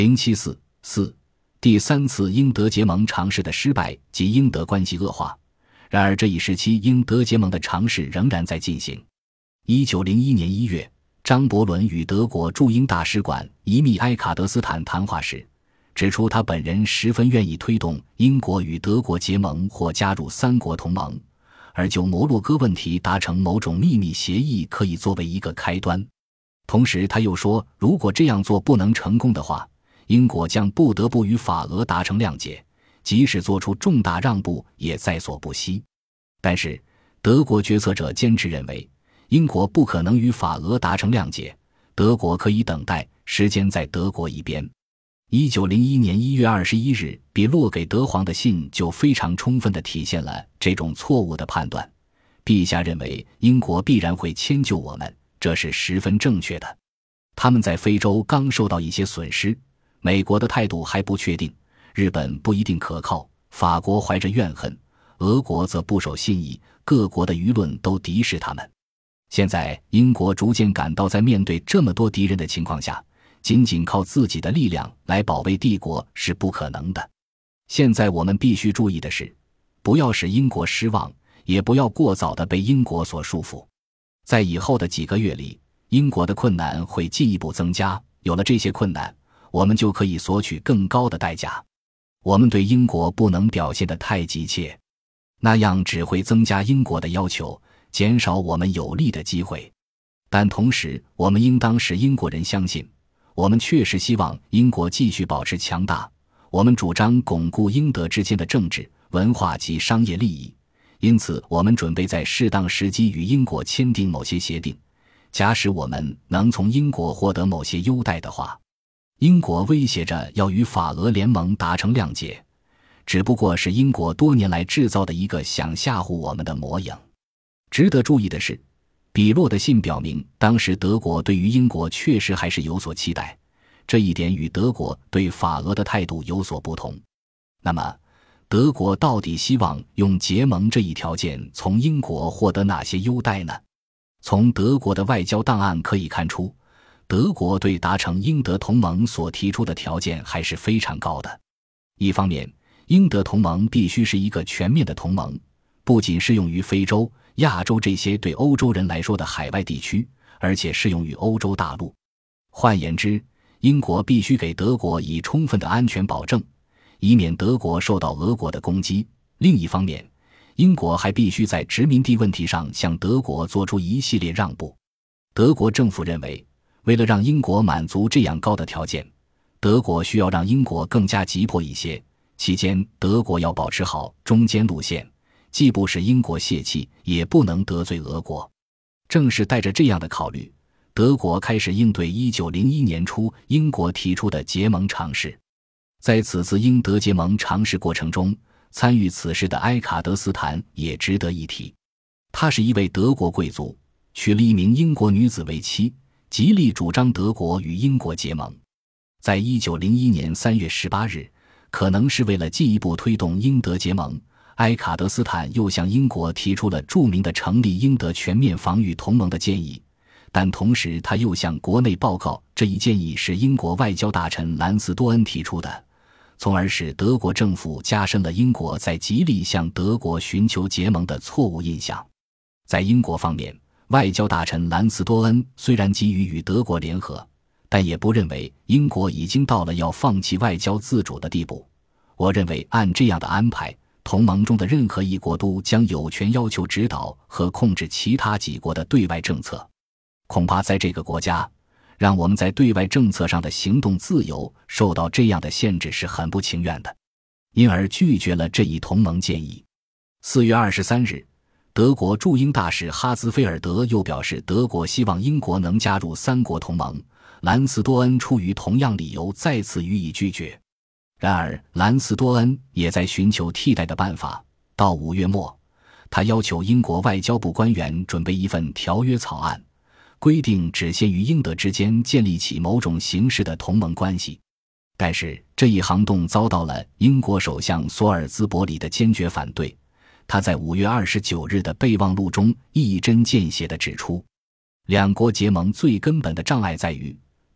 074-4第三次英德结盟尝试的失败及英德关系恶化。然而这一时期英德结盟的尝试仍然在进行。1901年1月，张伯伦与德国驻英大使馆移密埃卡德斯坦谈话时，指出他本人十分愿意推动英国与德国结盟或加入三国同盟，而就摩洛哥问题达成某种秘密协议可以作为一个开端。同时他又说，如果这样做不能成功的话，英国将不得不与法俄达成谅解，即使做出重大让步也在所不惜。但是德国决策者坚持认为，英国不可能与法俄达成谅解，德国可以等待，时间在德国一边。1901年1月21日比洛给德皇的信就非常充分地体现了这种错误的判断。陛下认为英国必然会迁就我们，这是十分正确的。他们在非洲刚受到一些损失，美国的态度还不确定，日本不一定可靠，法国怀着怨恨，俄国则不守信义，各国的舆论都敌视他们。现在英国逐渐感到在面对这么多敌人的情况下，仅仅靠自己的力量来保卫帝国是不可能的。现在我们必须注意的是，不要使英国失望，也不要过早地被英国所束缚。在以后的几个月里，英国的困难会进一步增加，有了这些困难，我们就可以索取更高的代价。我们对英国不能表现得太急切，那样只会增加英国的要求，减少我们有利的机会。但同时我们应当使英国人相信，我们确实希望英国继续保持强大，我们主张巩固英德之间的政治、文化及商业利益，因此我们准备在适当时机与英国签订某些协定。假使我们能从英国获得某些优待的话，英国威胁着要与法俄联盟达成谅解，只不过是英国多年来制造的一个想吓唬我们的模样。值得注意的是，比洛的信表明，当时德国对于英国确实还是有所期待，这一点与德国对法俄的态度有所不同。那么，德国到底希望用结盟这一条件从英国获得哪些优待呢？从德国的外交档案可以看出，德国对达成英德同盟所提出的条件还是非常高的。一方面，英德同盟必须是一个全面的同盟，不仅适用于非洲、亚洲这些对欧洲人来说的海外地区，而且适用于欧洲大陆。换言之，英国必须给德国以充分的安全保证，以免德国受到俄国的攻击。另一方面，英国还必须在殖民地问题上向德国做出一系列让步。德国政府认为，为了让英国满足这样高的条件，德国需要让英国更加急迫一些，期间德国要保持好中间路线，既不使英国泄气，也不能得罪俄国。正是带着这样的考虑，德国开始应对1901年初英国提出的结盟尝试。在此次英德结盟尝试过程中，参与此事的埃卡德斯坦也值得一提。他是一位德国贵族，娶了一名英国女子为妻，极力主张德国与英国结盟。在1901年3月18日，可能是为了进一步推动英德结盟，埃卡德斯坦又向英国提出了著名的成立英德全面防御同盟的建议，但同时他又向国内报告，这一建议是英国外交大臣兰斯多恩提出的，从而使德国政府加深了英国在极力向德国寻求结盟的错误印象。在英国方面，外交大臣兰斯多恩虽然急于与德国联合，但也不认为英国已经到了要放弃外交自主的地步。我认为按这样的安排，同盟中的任何一国都将有权要求指导和控制其他几国的对外政策。恐怕在这个国家，让我们在对外政策上的行动自由受到这样的限制是很不情愿的，因而拒绝了这一同盟建议。4月23日，德国驻英大使哈兹菲尔德又表示，德国希望英国能加入三国同盟，兰斯多恩出于同样理由再次予以拒绝。然而兰斯多恩也在寻求替代的办法。到5月末，他要求英国外交部官员准备一份条约草案，规定只限于英德之间建立起某种形式的同盟关系。但是这一行动遭到了英国首相索尔兹伯里的坚决反对。他在5月29日的备忘录中一针见血地指出，两国结盟最根本的障碍在于，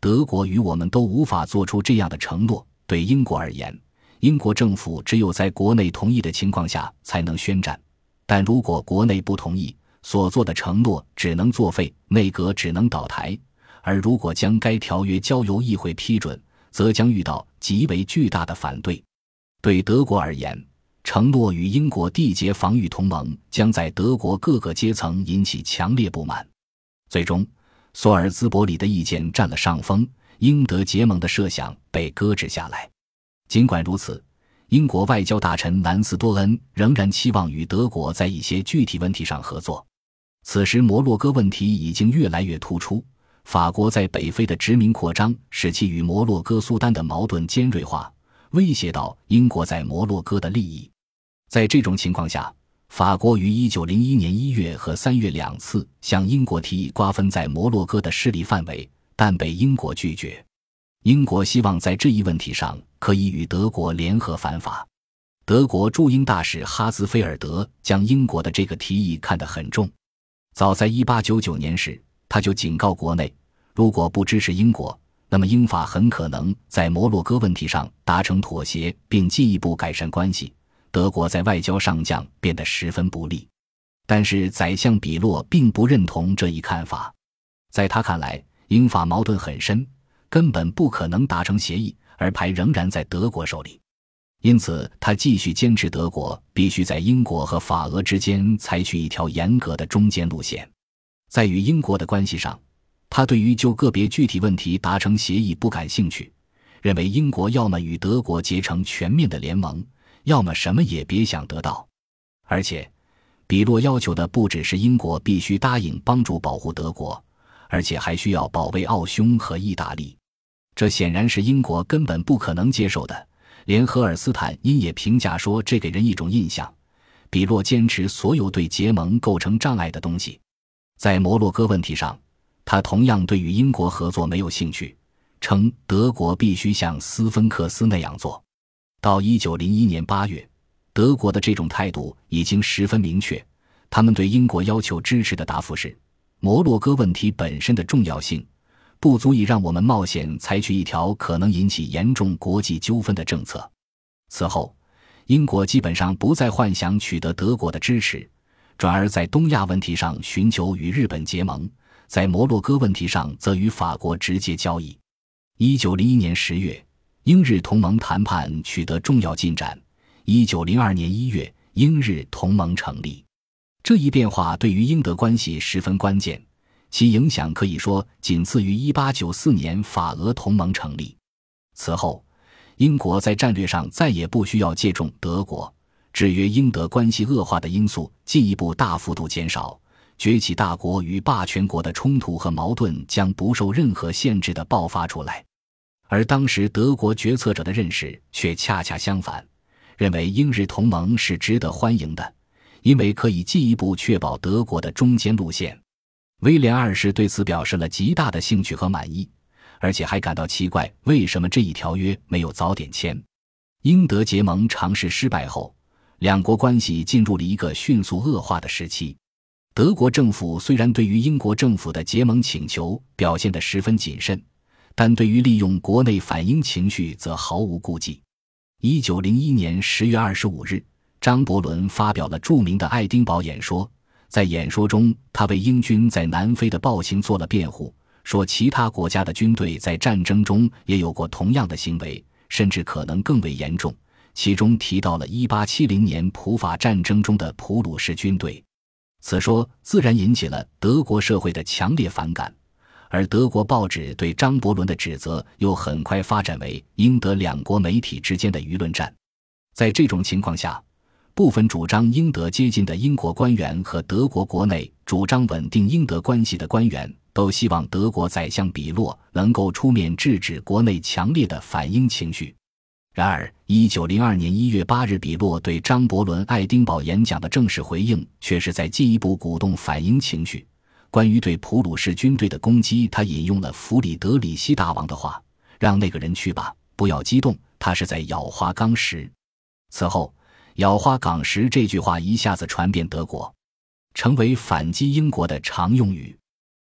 德国与我们都无法做出这样的承诺。对英国而言，英国政府只有在国内同意的情况下才能宣战，但如果国内不同意，所做的承诺只能作废，内阁只能倒台，而如果将该条约交由议会批准，则将遇到极为巨大的反对。对德国而言，承诺与英国缔结防御同盟将在德国各个阶层引起强烈不满。最终，索尔兹伯里的意见占了上风，英德结盟的设想被搁置下来。尽管如此，英国外交大臣兰斯多恩仍然期望与德国在一些具体问题上合作。此时摩洛哥问题已经越来越突出，法国在北非的殖民扩张使其与摩洛哥苏丹的矛盾尖锐化，威胁到英国在摩洛哥的利益。在这种情况下，法国于1901年1月和3月2次向英国提议瓜分在摩洛哥的势力范围，但被英国拒绝。英国希望在这一问题上可以与德国联合反法。德国驻英大使哈兹菲尔德将英国的这个提议看得很重。早在1899年时，他就警告国内，如果不支持英国，那么英法很可能在摩洛哥问题上达成妥协并进一步改善关系，德国在外交上将变得十分不利。但是宰相比洛并不认同这一看法，在他看来，英法矛盾很深，根本不可能达成协议，而牌仍然在德国手里。因此他继续坚持德国必须在英国和法俄之间采取一条严格的中间路线。在与英国的关系上，他对于就个别具体问题达成协议不感兴趣，认为英国要么与德国结成全面的联盟，要么什么也别想得到。而且比洛要求的不只是英国必须答应帮助保护德国，而且还需要保卫奥匈和意大利。这显然是英国根本不可能接受的。连荷尔斯坦因也评价说，这给人一种印象，比洛坚持所有对结盟构成障碍的东西。在摩洛哥问题上，他同样对与英国合作没有兴趣，称德国必须像斯芬克斯那样做。到1901年8月，德国的这种态度已经十分明确，他们对英国要求支持的答复是，摩洛哥问题本身的重要性不足以让我们冒险采取一条可能引起严重国际纠纷的政策。此后，英国基本上不再幻想取得德国的支持，转而在东亚问题上寻求与日本结盟，在摩洛哥问题上则与法国直接交易。1901年10月，英日同盟谈判取得重要进展。1902年1月，英日同盟成立。这一变化对于英德关系十分关键，其影响可以说仅次于1894年法俄同盟成立。此后，英国在战略上再也不需要借重德国，制约英德关系恶化的因素进一步大幅度减少，崛起大国与霸权国的冲突和矛盾将不受任何限制地爆发出来。而当时德国决策者的认识却恰恰相反，认为英日同盟是值得欢迎的，因为可以进一步确保德国的中间路线。威廉二世对此表示了极大的兴趣和满意，而且还感到奇怪，为什么这一条约没有早点签。英德结盟尝试失败后，两国关系进入了一个迅速恶化的时期。德国政府虽然对于英国政府的结盟请求表现得十分谨慎，但对于利用国内反英情绪则毫无顾忌。1901年10月25日，张伯伦发表了著名的爱丁堡演说，在演说中，他为英军在南非的暴行做了辩护，说其他国家的军队在战争中也有过同样的行为，甚至可能更为严重，其中提到了1870年普法战争中的普鲁士军队。此说自然引起了德国社会的强烈反感，而德国报纸对张伯伦的指责又很快发展为英德两国媒体之间的舆论战。在这种情况下，部分主张英德接近的英国官员和德国国内主张稳定英德关系的官员都希望德国宰相比洛能够出面制止国内强烈的反英情绪。然而1902年1月8日比洛对张伯伦爱丁堡演讲的正式回应却是在进一步鼓动反英情绪。关于对普鲁士军队的攻击，他引用了弗里德里希大王的话，让那个人去吧，不要激动，他是在咬花岗石。此后，咬花岗石这句话一下子传遍德国，成为反击英国的常用语。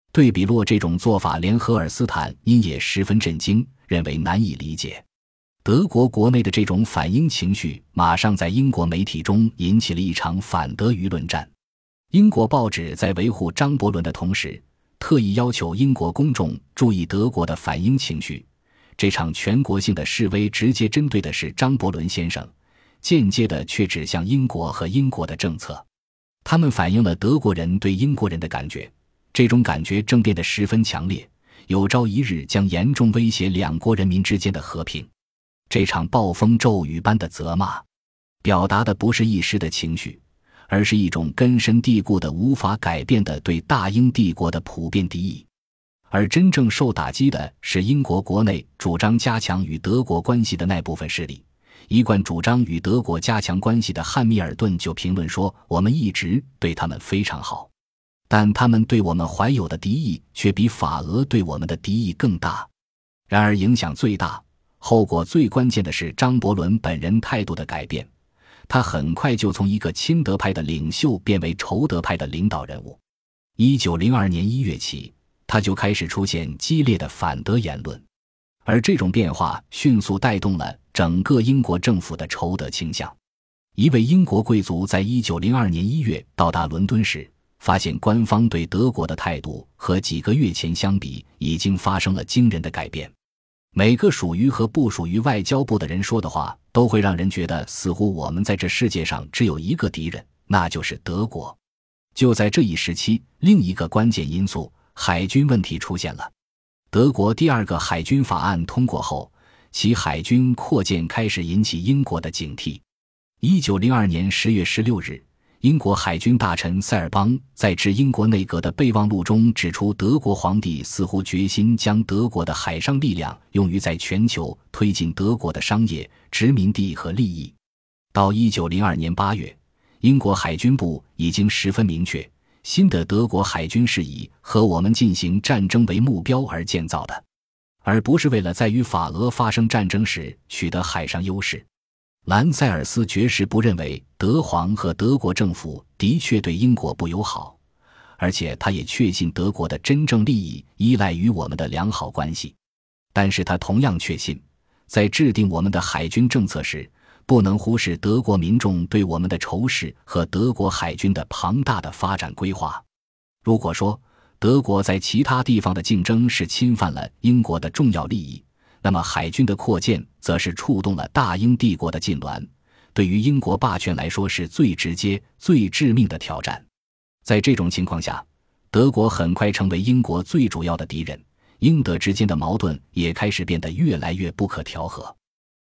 对比洛这种做法，连荷尔斯坦因也十分震惊，认为难以理解。德国国内的这种反英情绪马上在英国媒体中引起了一场反德舆论战。英国报纸在维护张伯伦的同时，特意要求英国公众注意德国的反英情绪。这场全国性的示威直接针对的是张伯伦先生，间接的却指向英国和英国的政策。他们反映了德国人对英国人的感觉，这种感觉正变得十分强烈，有朝一日将严重威胁两国人民之间的和平。这场暴风骤雨般的责骂，表达的不是一时的情绪，而是一种根深蒂固的无法改变的对大英帝国的普遍敌意。而真正受打击的是英国国内主张加强与德国关系的那部分势力。一贯主张与德国加强关系的汉密尔顿就评论说，我们一直对他们非常好，但他们对我们怀有的敌意却比法俄对我们的敌意更大。然而影响最大，后果最关键的是张伯伦本人态度的改变，他很快就从一个亲德派的领袖变为仇德派的领导人物。1902年1月起，他就开始出现激烈的反德言论，而这种变化迅速带动了整个英国政府的仇德倾向。一位英国贵族在1902年1月到达伦敦时，发现官方对德国的态度和几个月前相比已经发生了惊人的改变。每个属于和不属于外交部的人说的话，都会让人觉得似乎我们在这世界上只有一个敌人，那就是德国。就在这一时期，另一个关键因素，海军问题出现了。德国第二个海军法案通过后，其海军扩建开始引起英国的警惕。1902年10月16日，英国海军大臣塞尔邦在致英国内阁的备忘录中指出，德国皇帝似乎决心将德国的海上力量用于在全球推进德国的商业、殖民地和利益。到1902年8月，英国海军部已经十分明确，新的德国海军是以和我们进行战争为目标而建造的，而不是为了在与法俄发生战争时取得海上优势。兰塞尔斯爵士不认为德皇和德国政府的确对英国不友好，而且他也确信德国的真正利益依赖于我们的良好关系。但是他同样确信，在制定我们的海军政策时，不能忽视德国民众对我们的仇视和德国海军的庞大的发展规划。如果说德国在其他地方的竞争是侵犯了英国的重要利益，那么海军的扩建则是触动了大英帝国的痉挛，对于英国霸权来说是最直接、最致命的挑战。在这种情况下，德国很快成为英国最主要的敌人，英德之间的矛盾也开始变得越来越不可调和。